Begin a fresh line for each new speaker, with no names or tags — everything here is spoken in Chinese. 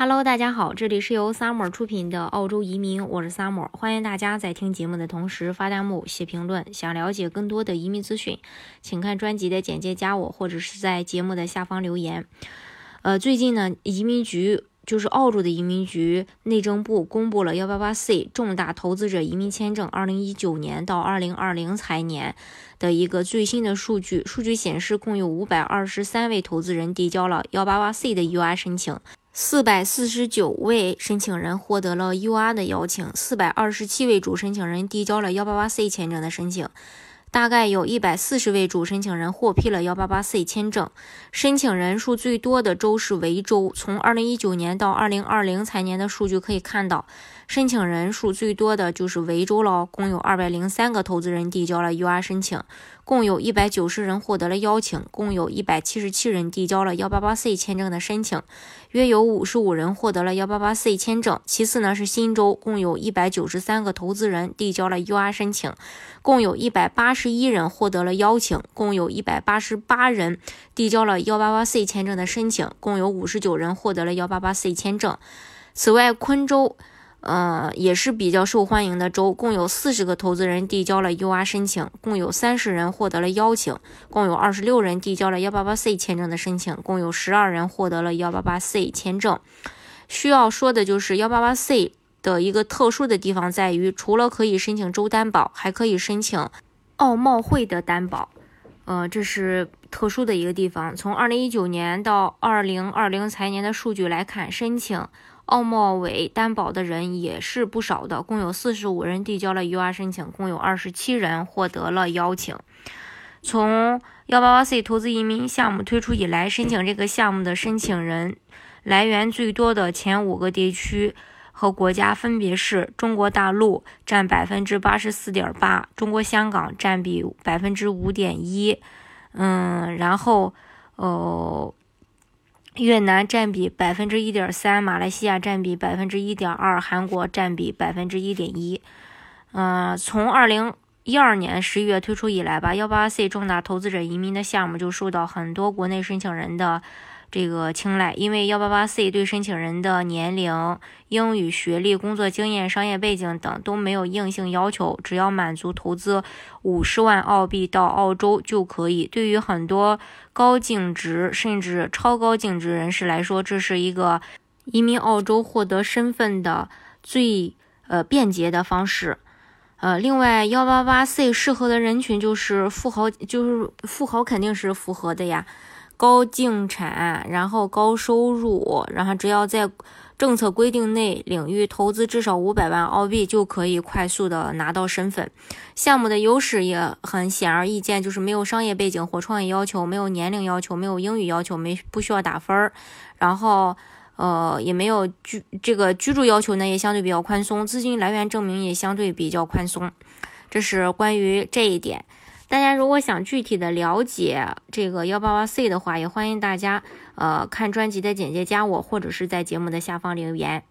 Hello，大家好，这里是由 Summer 出品的澳洲移民，我是 Summer， 欢迎大家在听节目的同时发弹幕、写评论。想了解更多的移民资讯，请看专辑的简介加我，或者是在节目的下方留言。最近呢，移民局就是澳洲的移民局内政部公布了 188C 重大投资者移民签证2019年到2020财年的一个最新的数据。数据显示，共有523位投资人递交了 188C 的 UR 申请。449位申请人获得了 UR 的邀请，427位主申请人递交了 188C 签证的申请，大概有140位主申请人获批了 188C 签证。申请人数最多的州是维州，从2019年到2020财年的数据可以看到，申请人数最多的就是维州了，共有203个投资人递交了 UR 申请，共有190人获得了邀请，共有177人递交了 188C 签证的申请，约有55人获得了 188C 签证。其次呢是新州，共有193个投资人递交了 UR 申请，共有181人获得了邀请，共有188人递交了 188C 签证的申请，共有59人获得了 188C 签证。此外，昆州也是比较受欢迎的州，共有40个投资人递交了 UR 申请，共有30人获得了邀请，共有26人递交了 188C 签证的申请，共有12人获得了 188C 签证。需要说的就是 188C 的一个特殊的地方在于，除了可以申请州担保，还可以申请澳贸会的担保。这是特殊的一个地方。从2019年到2020财年的数据来看，申请澳贸委担保的人也是不少的，共有45人递交了 UR 申请，共有27人获得了邀请。从 188C 投资移民项目推出以来，申请这个项目的申请人来源最多的前5个地区和国家分别是中国大陆占 84.8%， 中国香港占比 5.1%， 然后越南占比 1.3%， 马来西亚占比 1.2%， 韩国占比 1.1%。从2012年11月推出以来吧， 188C 重大投资者移民的项目就受到很多国内申请人的这个青睐，因为 188C 对申请人的年龄、英语、学历、工作经验、商业背景等都没有硬性要求，只要满足投资50万澳币到澳洲就可以。对于很多高净值甚至超高净值人士来说，这是一个移民澳洲获得身份的最便捷的方式。另外 188C 适合的人群就是富豪肯定是符合的呀，高净产，然后高收入，然后只要在政策规定内领域投资至少500万澳币就可以快速的拿到身份。项目的优势也很显而易见，就是没有商业背景或创业要求，没有年龄要求，没有英语要求，不需要打分，然后也没有居住要求呢，也相对比较宽松，资金来源证明也相对比较宽松。这是关于这一点。大家如果想具体的了解这个 188C 的话，也欢迎大家看专辑的简介加我，或者是在节目的下方留言。